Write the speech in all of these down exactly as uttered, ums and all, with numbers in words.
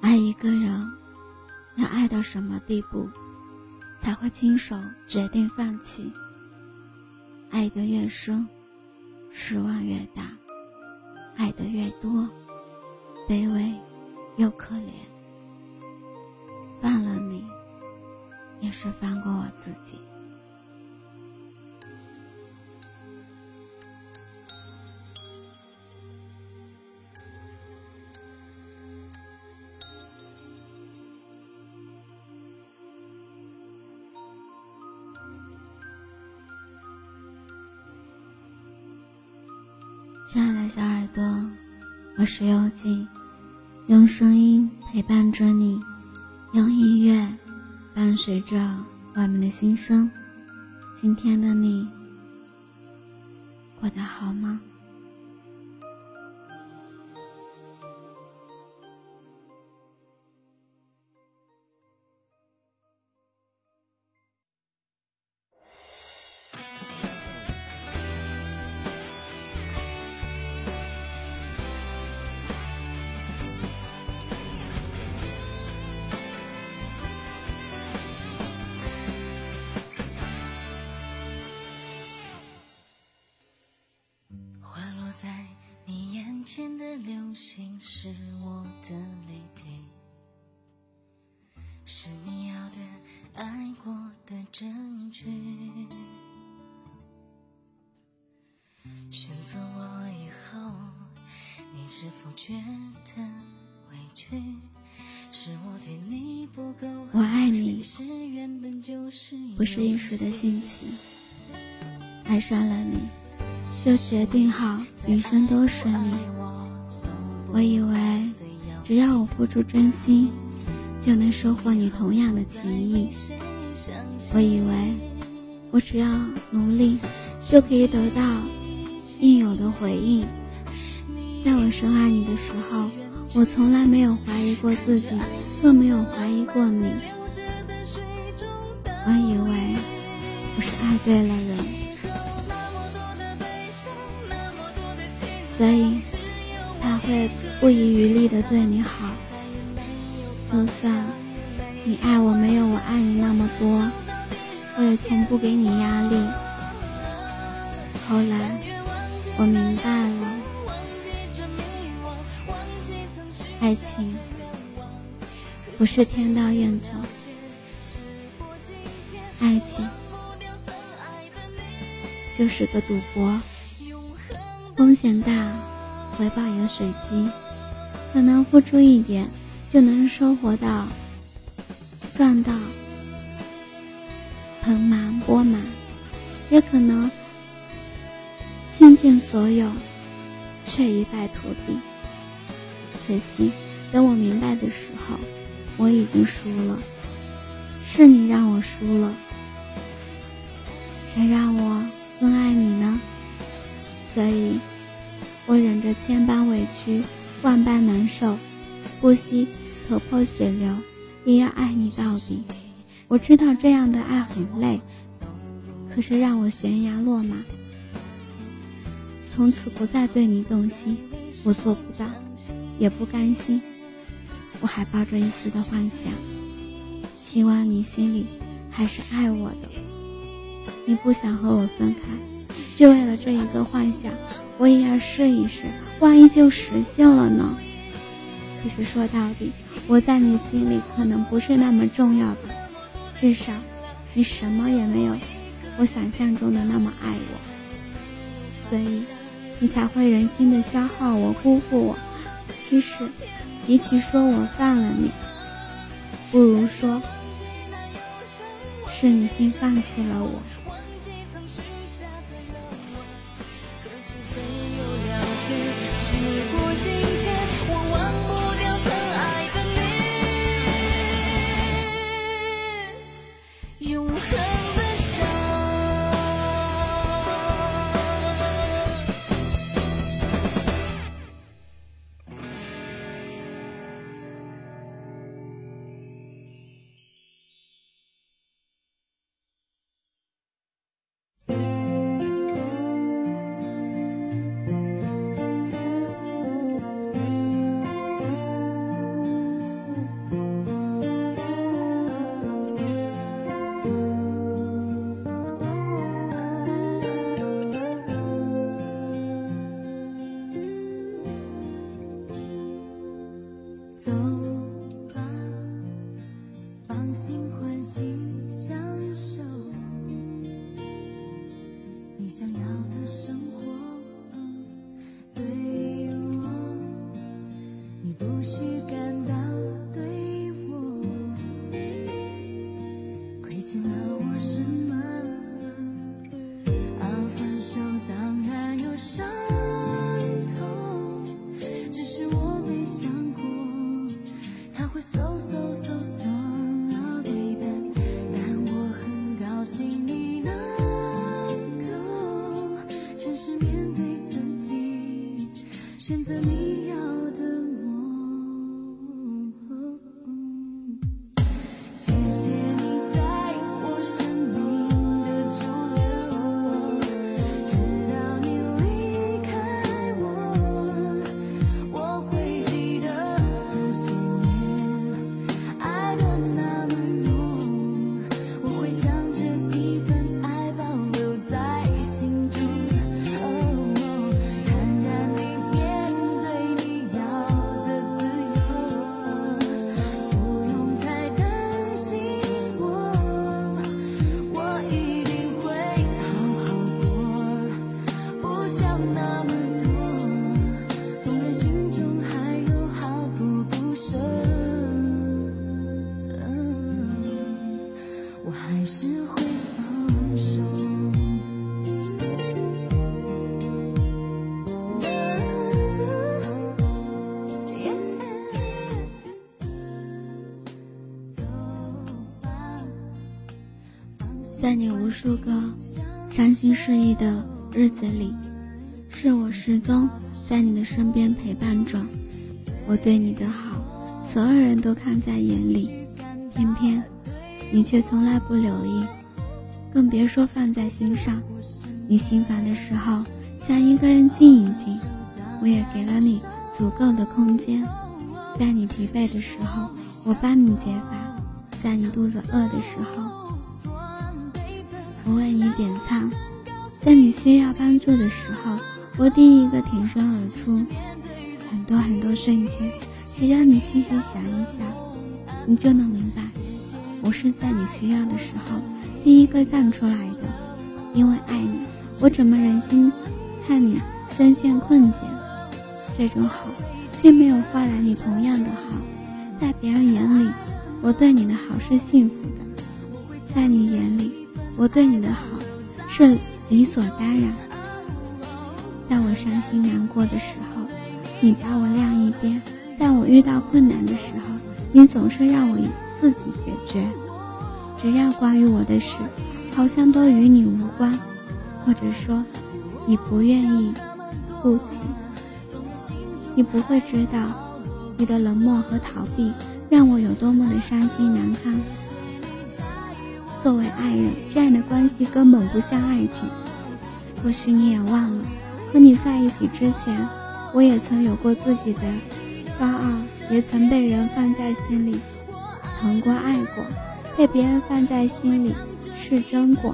爱一个人要爱到什么地步才会亲手决定放弃？爱得越深，失望越大；爱得越多，卑微又可怜。放了你，也是放过我自己。亲爱的小耳朵，我是幽静，用声音陪伴着你，用音乐伴随着我们的心声。今天的你过得好吗？ 在你眼前的流星是我的泪滴，是你要的爱过的证据。选择我以后，你是否觉得委屈？是我对你不够好， 我爱你不是一时的兴起，爱上了你就决定好余生都是你。我以为只要我付出真心，就能收获你同样的情谊。我以为我只要努力就可以得到应有的回应。在我深爱你的时候，我从来没有怀疑过自己，更没有怀疑过你。我以为我是爱对了人，所以才会不遗余力地对你好。就算你爱我没有我爱你那么多，我也从不给你压力。后来我明白了，爱情不是天道厌走，爱情就是个赌博，风险大，回报也随机，可能付出一点就能收获到赚到盆满钵满，也可能倾尽所有却一败涂地。可惜等我明白的时候，我已经输了，是你让我输了，谁让我更爱你呢？所以我忍着千般委屈，万般难受，不惜头破血流，也要爱你到底。我知道这样的爱很累，可是让我悬崖勒马，从此不再对你动心，我做不到，也不甘心。我还抱着一丝的幻想，希望你心里还是爱我的，你不想和我分开，就为了这一个幻想，我也要试一试，万一就实现了呢？可是说到底，我在你心里可能不是那么重要吧，至少你什么也没有我想象中的那么爱我，所以你才会忍心的消耗我，辜负我。其实比起说我放了你，不如说是你先放弃了我。 时过境迁，我忘不掉曾爱的你，永恒的伤。 什么？啊，分手当然有伤痛，只是我没想过他会 so so so strong baby， 但我很高兴你能够诚实面对自己，选择你要的我。谢谢你在我生命的驻留，直到你离开我，我会记得这些年爱的那么浓，我会将这一份爱保留在心中。哦，坦然地面对你要的自由，不用太担心我，我一定会好好过，不想那么多，纵然心中还有好多不舍，我还是会放手。 在你无数个伤心失意的日子里，是我始终在你的身边陪伴着。我对你的好，所有人都看在眼里，偏偏你却从来不留意，更别说放在心上。你心烦的时候，想一个人静一静，我也给了你足够的空间。在你疲惫的时候，我帮你解乏；在你肚子饿的时候，我为你点餐；在你需要帮助的时候，我第一个挺身而出。很多很多瞬间，只要你细细想一想，你就能明白，我是在你需要的时候第一个站出来的。因为爱你，我怎么忍心看你深陷困境？这种好并没有换来你同样的好，在别人眼里，我对你的好是幸福的；在你眼里，我对你的好是理所当然。在我伤心难过的时候，你把我晾一边；在我遇到困难的时候，你总是让我自己解决。只要关于我的事，好像都与你无关，或者说你不愿意顾及。你不会知道，你的冷漠和逃避让我有多么的伤心难堪。作为爱人，这样的关系根本不像爱情。或许你也忘了，和你在一起之前，我也曾有过自己的高傲，也曾被人放在心里，疼过爱过，被别人放在心里是真过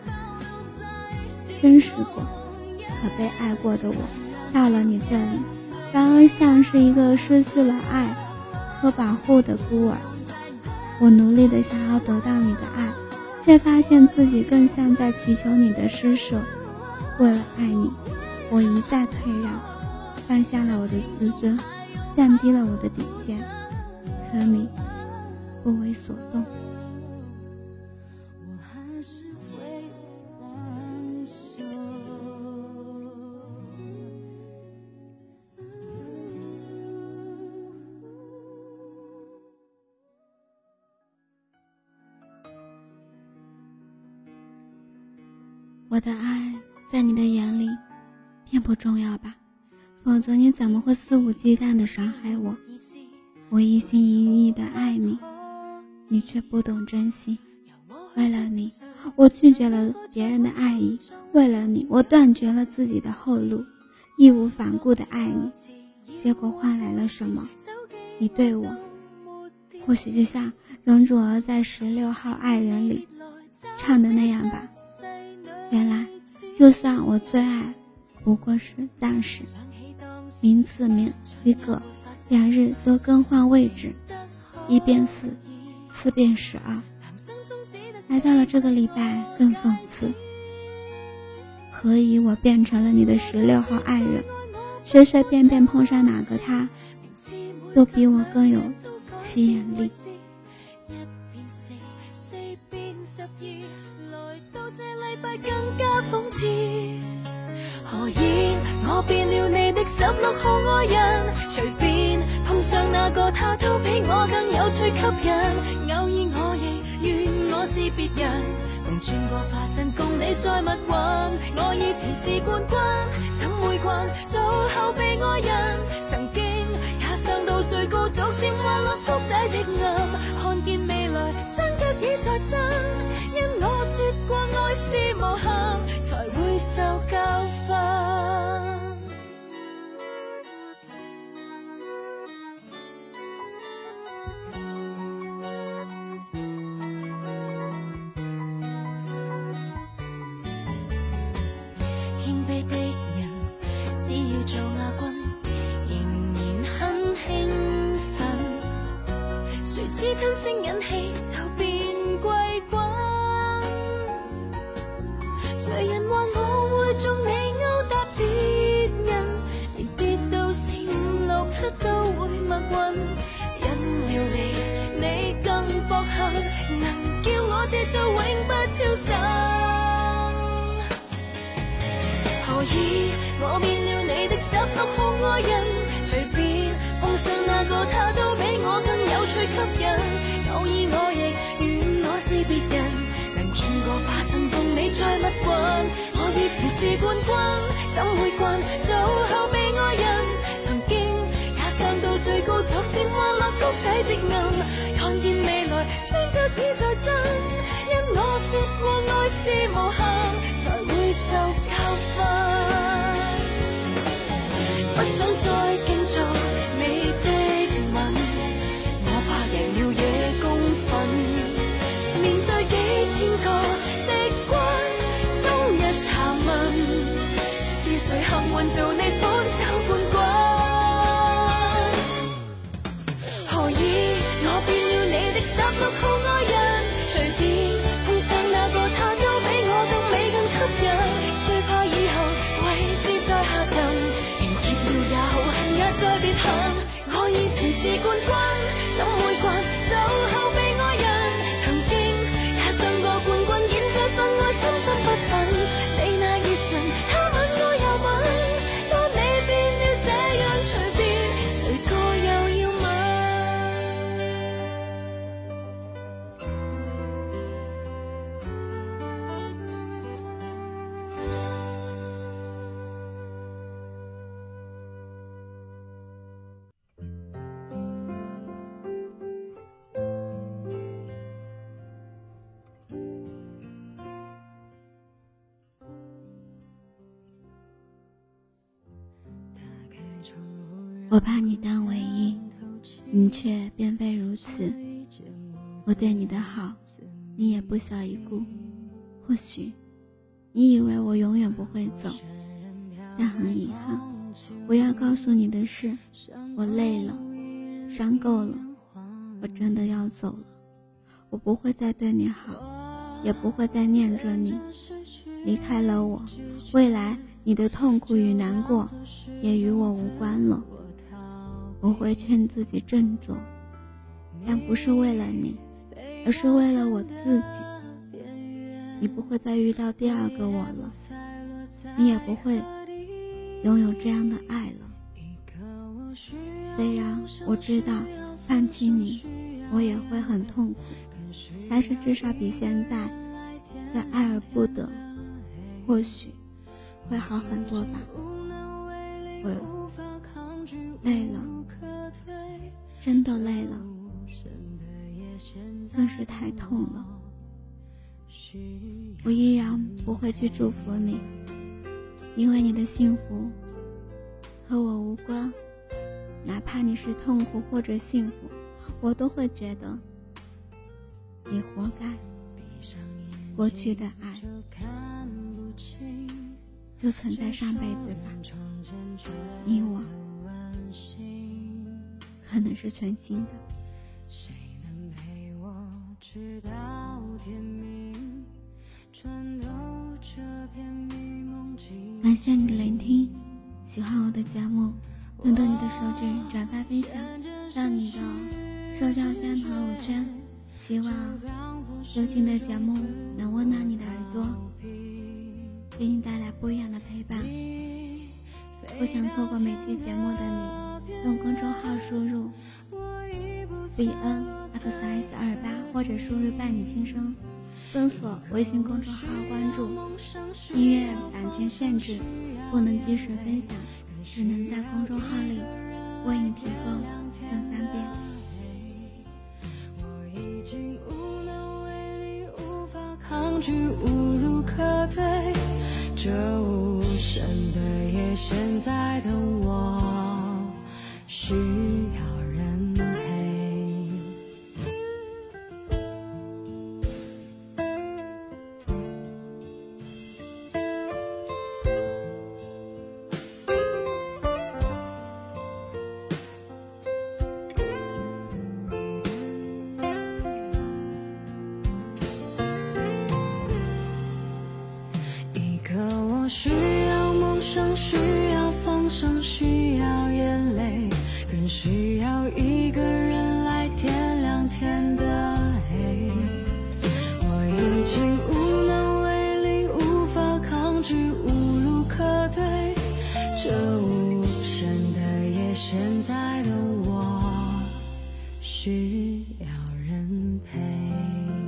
真实过。可被爱过的我，到了你这里，反而像是一个失去了爱和保护的孤儿。我努力的想要得到你的爱，却发现自己更像在祈求你的施舍。为了爱你，我一再退让，放下了我的自尊，降低了我的底线，可你不为所动。 我还是会放手。 我的爱在你的眼里并不重要吧，否则你怎么会肆无忌惮地伤害我？我一心一意地爱你，你却不懂珍惜。为了你，我拒绝了别人的爱意；为了你，我断绝了自己的后路，义无反顾地爱你。结果换来了什么？你对我，或许就像容祖儿在十六号爱人里唱的那样吧。原来就算我最爱不过是暂时，名次名一个，两日都更换位置，一变四，四变十二。来到了这个礼拜更讽刺，何以我变成了你的十六号爱人，随随便便碰上哪个他都比我更有吸引力。 來到這禮拜更加諷刺，何以我變了你的十六號愛人？隨便碰上那個他都比我更有趣吸引，偶爾我亦願我是別人，能轉個化身共你再密雲。我以前是冠軍，怎會慣做後備愛人？曾經也上到最高，逐漸滑落谷底的暗，看見未來雙腳已在震，因我說過愛是無限，才會受教訓。謙卑的人只要做亞軍，仍然很興奮，誰知吞聲忍氣就變季軍。誰人話我會中你勾搭別人，連跌到四五六七都會默運，因了你你更博行，能叫我跌到永不超生。何以我變了你的十六號愛人？隨便碰上那個他都比我更有趣吸引，偶爾我亦願我是別人，能轉個化身共你再密雲。我以前是冠軍，怎會慣做後備愛人？曾經也上到最高，逐漸滑落谷底的暗，看見未來雙腳已在震，因我說過愛是無限，才會受教訓。不想再競逐你的吻，我怕贏了也公憤。面對幾千個敵軍，終日查問，是誰幸運做你本周冠軍？何以我變了你的十六號愛人？隨便碰上那個他都比我更美更吸引，最怕以後位置再下沉，完結了也好，恨也再別恨。我以前是冠軍，怎會慣做後備愛人？曾經也上過冠軍，現在分愛深深不忿。你那熱唇，他吻我又吻，當你變了這樣隨便，誰個又要問？ 我把你当唯一，你却并非如此。我对你的好，你也不晓一顾。或许你以为我永远不会走，但很遗憾，我要告诉你的是，我累了，伤够了，我真的要走了。我不会再对你好，也不会再念着你。离开了我，未来你的痛苦与难过也与我无关了。我会劝自己振作，但不是为了你，而是为了我自己。你不会再遇到第二个我了，你也不会拥有这样的爱了。虽然我知道放弃你我也会很痛苦，但是至少比现在的爱而不得或许会好很多吧。我累了，真的累了，更是太痛了。我依然不会去祝福你，因为你的幸福和我无关。哪怕你是痛苦或者幸福，我都会觉得你活该。过去的爱就存在上辈子吧，你我可能是全新的。 谁能陪我直到天明，穿透这片迷梦境。 感谢你的聆听，喜欢我的节目，动动你的手指转发分享到你的社交圈朋友圈，希望有情的节目能温暖你的耳朵，给你带来不一样的陪伴。不想错过每期节目的你，用公众号输入 b n x s 二八或者输入伴你轻声，搜索微信公众号关注。音乐版权限制，不能及时分享，只能在公众号里为你提供，更方便。 我已经无能为力，无法抗拒，无路可退。这无声的夜，现在的我需要人陪。我需要梦想，需要方向，需要眼泪，更需要一个人来点亮天的黑。我已经无能为力，无法抗拒，无路可退。这无声的夜，现在的我需要人陪。